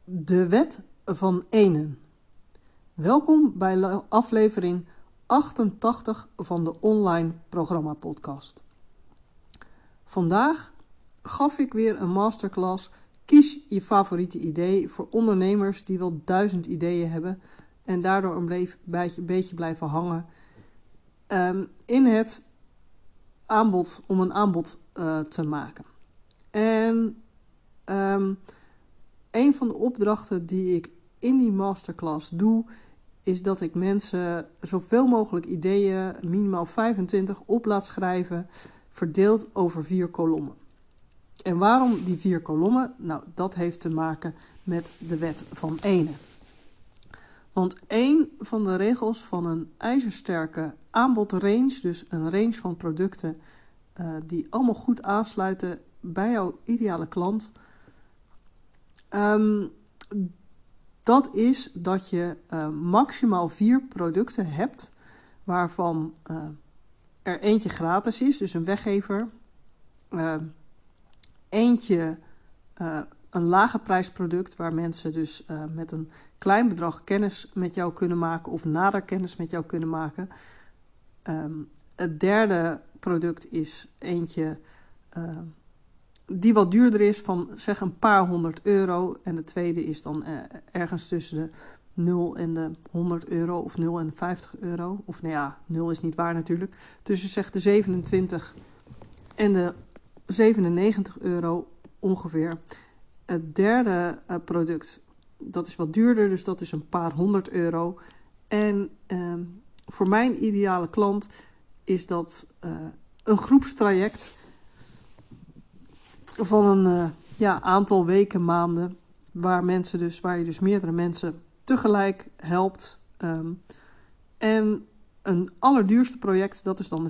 De wet van enen. Welkom bij aflevering 88 van de online programma podcast. Vandaag gaf ik weer een masterclass. Kies je favoriete idee voor ondernemers die wel 1000 ideeën hebben en daardoor een beetje blijven hangen in het aanbod om een aanbod te maken. En een van de opdrachten die ik in die masterclass doe, is dat ik mensen zoveel mogelijk ideeën, minimaal 25, op laat schrijven, verdeeld over 4 kolommen. En waarom die 4 kolommen? Nou, dat heeft te maken met de wet van enen. Want een van de regels van een ijzersterke aanbodrange, dus een range van producten die allemaal goed aansluiten bij jouw ideale klant, dat is dat je maximaal 4 producten hebt, waarvan er eentje gratis is, dus een weggever. Eentje een lage prijsproduct, waar mensen dus met een klein bedrag kennis met jou kunnen maken of nader kennis met jou kunnen maken. Het derde product is eentje die wat duurder is, van zeg een paar €100. En de tweede is dan ergens tussen de 0 en de €100 of 0 en de €50. Of nou ja, 0 is niet waar natuurlijk. Tussen zeg de 27 en de €97 ongeveer. Het derde product, dat is wat duurder, dus dat is een paar €100. En voor mijn ideale klant is dat een groepstraject van een aantal weken, maanden, waar je dus meerdere mensen tegelijk helpt. En een allerduurste project, dat is dan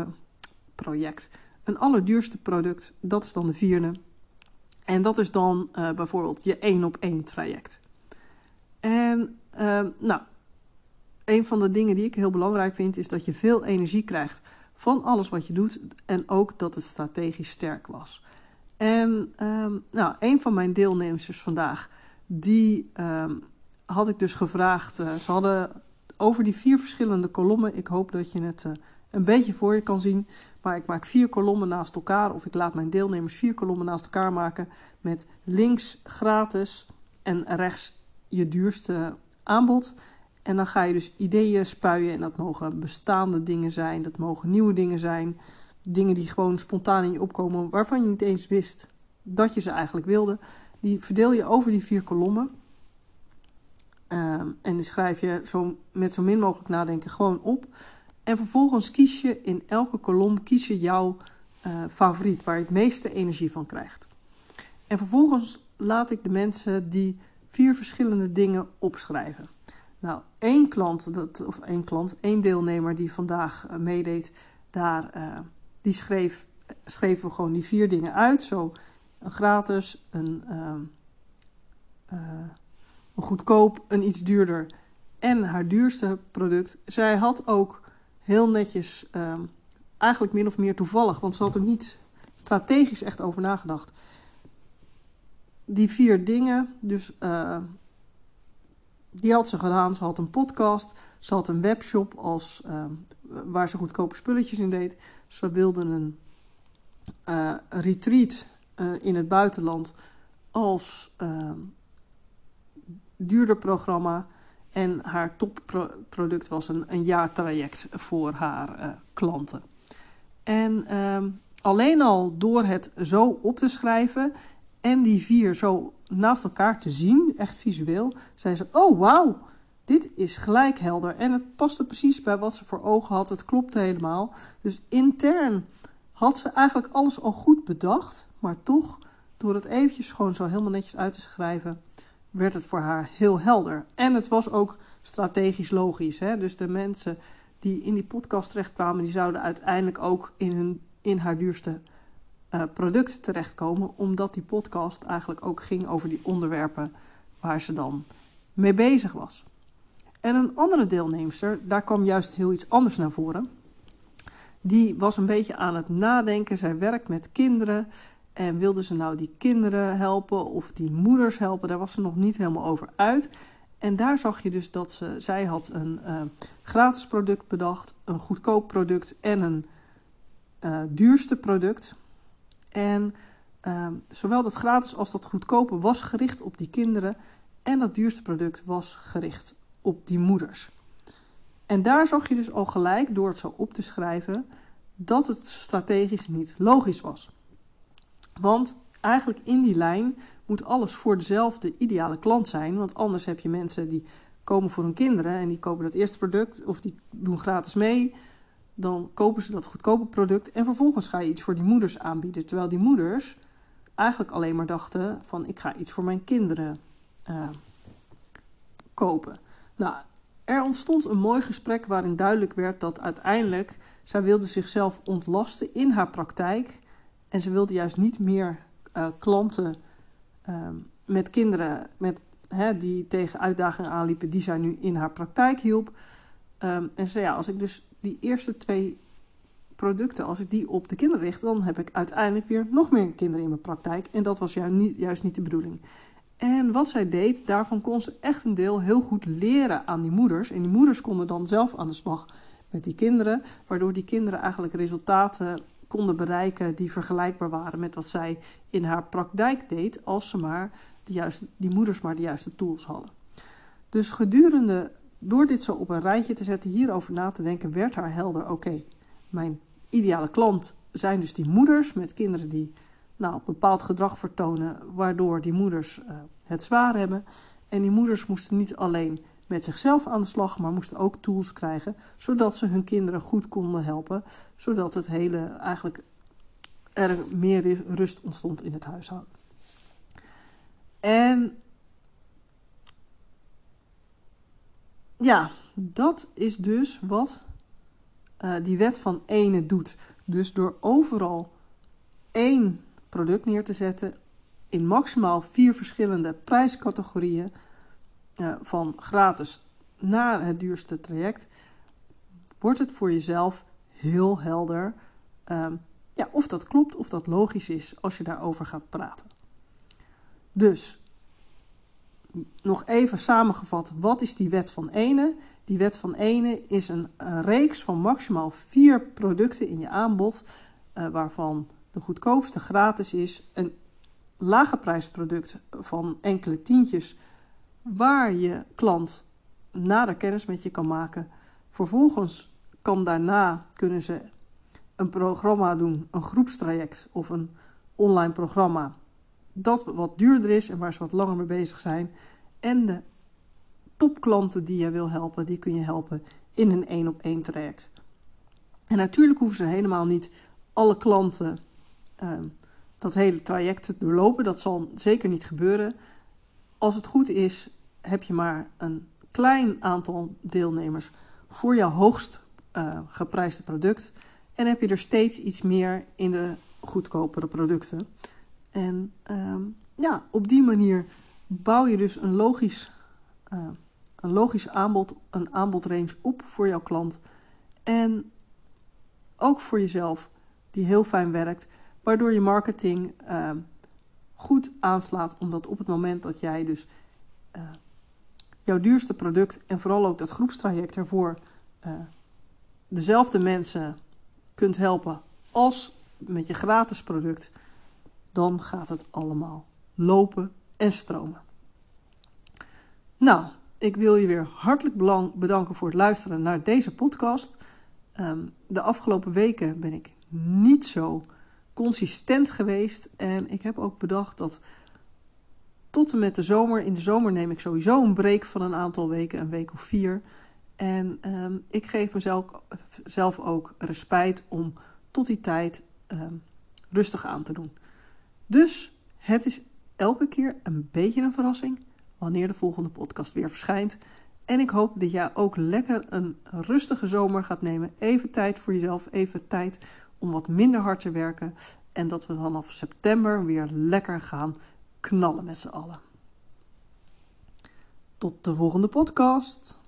een allerduurste product, dat is dan de 4e. En dat is dan bijvoorbeeld je 1-op-1 traject. En een van de dingen die ik heel belangrijk vind, is dat je veel energie krijgt van alles wat je doet. En ook dat het strategisch sterk was. En een van mijn deelnemers vandaag, die had ik dus gevraagd. Ze hadden over die 4 verschillende kolommen. Ik hoop dat je het een beetje voor je kan zien. Maar ik maak 4 kolommen naast elkaar. Of ik laat mijn deelnemers 4 kolommen naast elkaar maken. Met links gratis en rechts je duurste aanbod. En dan ga je dus ideeën spuien. En dat mogen bestaande dingen zijn. Dat mogen nieuwe dingen zijn. Dingen die gewoon spontaan in je opkomen, waarvan je niet eens wist dat je ze eigenlijk wilde. Die verdeel je over die 4 kolommen. En die schrijf je met zo min mogelijk nadenken gewoon op. En vervolgens kies je in elke kolom jouw favoriet, waar je het meeste energie van krijgt. En vervolgens laat ik de mensen die 4 verschillende dingen opschrijven. Nou, één deelnemer die vandaag meedeed, die schreven we gewoon die 4 dingen uit. Zo een gratis, een goedkoop, een iets duurder en haar duurste product. Zij had ook heel netjes, eigenlijk min of meer toevallig, want ze had er niet strategisch echt over nagedacht. Die 4 dingen, dus die had ze gedaan. Ze had een podcast, ze had een webshop waar ze goedkope spulletjes in deed. Ze wilde een retreat in het buitenland als duurder programma. En haar topproduct was een jaartraject voor haar klanten. En alleen al door het zo op te schrijven en die 4 zo naast elkaar te zien, echt visueel, zei ze: oh wauw, dit is gelijk helder. En het paste precies bij wat ze voor ogen had. Het klopte helemaal. Dus intern had ze eigenlijk alles al goed bedacht. Maar toch, door het eventjes gewoon zo helemaal netjes uit te schrijven, werd het voor haar heel helder. En het was ook strategisch logisch. Hè? Dus de mensen die in die podcast terechtkwamen, die zouden uiteindelijk ook in haar duurste product terechtkomen. Omdat die podcast eigenlijk ook ging over die onderwerpen waar ze dan mee bezig was. En een andere deelnemster, daar kwam juist heel iets anders naar voren. Die was een beetje aan het nadenken. Zij werkt met kinderen En wilden ze nou die kinderen helpen of die moeders helpen? Daar was ze nog niet helemaal over uit. En daar zag je dus dat zij had een gratis product bedacht, een goedkoop product en een duurste product. En zowel dat gratis als dat goedkope was gericht op die kinderen. En dat duurste product was gericht op die moeders. En daar zag je dus al gelijk, door het zo op te schrijven, dat het strategisch niet logisch was. Want eigenlijk in die lijn moet alles voor dezelfde ideale klant zijn. Want anders heb je mensen die komen voor hun kinderen en die kopen dat eerste product of die doen gratis mee. Dan kopen ze dat goedkope product en vervolgens ga je iets voor die moeders aanbieden. Terwijl die moeders eigenlijk alleen maar dachten van ik ga iets voor mijn kinderen kopen. Nou, er ontstond een mooi gesprek waarin duidelijk werd dat uiteindelijk zij wilde zichzelf ontlasten in haar praktijk. En ze wilde juist niet meer klanten met kinderen die tegen uitdagingen aanliepen die zij nu in haar praktijk hielp. En ze zei, ja, als ik dus die eerste 2 producten, als ik die op de kinderen richt, dan heb ik uiteindelijk weer nog meer kinderen in mijn praktijk. En dat was juist niet de bedoeling. En wat zij deed, daarvan kon ze echt een deel heel goed leren aan die moeders. En die moeders konden dan zelf aan de slag met die kinderen, waardoor die kinderen eigenlijk resultaten konden bereiken die vergelijkbaar waren met wat zij in haar praktijk deed, als ze maar die moeders maar de juiste tools hadden. Dus door dit zo op een rijtje te zetten, hierover na te denken, werd haar helder, oké, mijn ideale klant zijn dus die moeders met kinderen die bepaald gedrag vertonen, waardoor die moeders het zwaar hebben. En die moeders moesten niet alleen met zichzelf aan de slag, maar moesten ook tools krijgen, zodat ze hun kinderen goed konden helpen, zodat het hele eigenlijk er meer rust ontstond in het huishouden. En ja, dat is dus wat die wet van ene doet. Dus door overal 1 product neer te zetten in maximaal 4 verschillende prijscategorieën, van gratis naar het duurste traject, wordt het voor jezelf heel helder of dat klopt, of dat logisch is als je daarover gaat praten. Dus, nog even samengevat, wat is die wet van ene? Die wet van ene is een reeks van maximaal 4 producten in je aanbod, waarvan de goedkoopste gratis is, een lage prijsproduct van enkele tientjes, waar je klant nader kennis met je kan maken. Vervolgens kunnen ze een programma doen, een groepstraject of een online programma, dat wat duurder is en waar ze wat langer mee bezig zijn. En de topklanten die je wil helpen, die kun je helpen in een 1-op-1 traject. En natuurlijk hoeven ze helemaal niet alle klanten dat hele traject te doorlopen. Dat zal zeker niet gebeuren. Als het goed is, heb je maar een klein aantal deelnemers voor jouw hoogst geprijsde product. En heb je er steeds iets meer in de goedkopere producten. En op die manier bouw je dus een logisch aanbod, een aanbodrange op voor jouw klant. En ook voor jezelf, die heel fijn werkt, waardoor je marketing goed aanslaat, omdat op het moment dat jij dus jouw duurste product en vooral ook dat groepstraject ervoor dezelfde mensen kunt helpen als met je gratis product, dan gaat het allemaal lopen en stromen. Nou, ik wil je weer hartelijk bedanken voor het luisteren naar deze podcast. De afgelopen weken ben ik niet zo consistent geweest. En ik heb ook bedacht dat tot en met de zomer, in de zomer neem ik sowieso een break van een aantal weken, een week of 4. En ik geef mezelf ook respijt om tot die tijd rustig aan te doen. Dus het is elke keer een beetje een verrassing wanneer de volgende podcast weer verschijnt. En ik hoop dat jij ook lekker een rustige zomer gaat nemen. Even tijd voor jezelf, even tijd om wat minder hard te werken. En dat we vanaf september weer lekker gaan knallen met z'n allen. Tot de volgende podcast.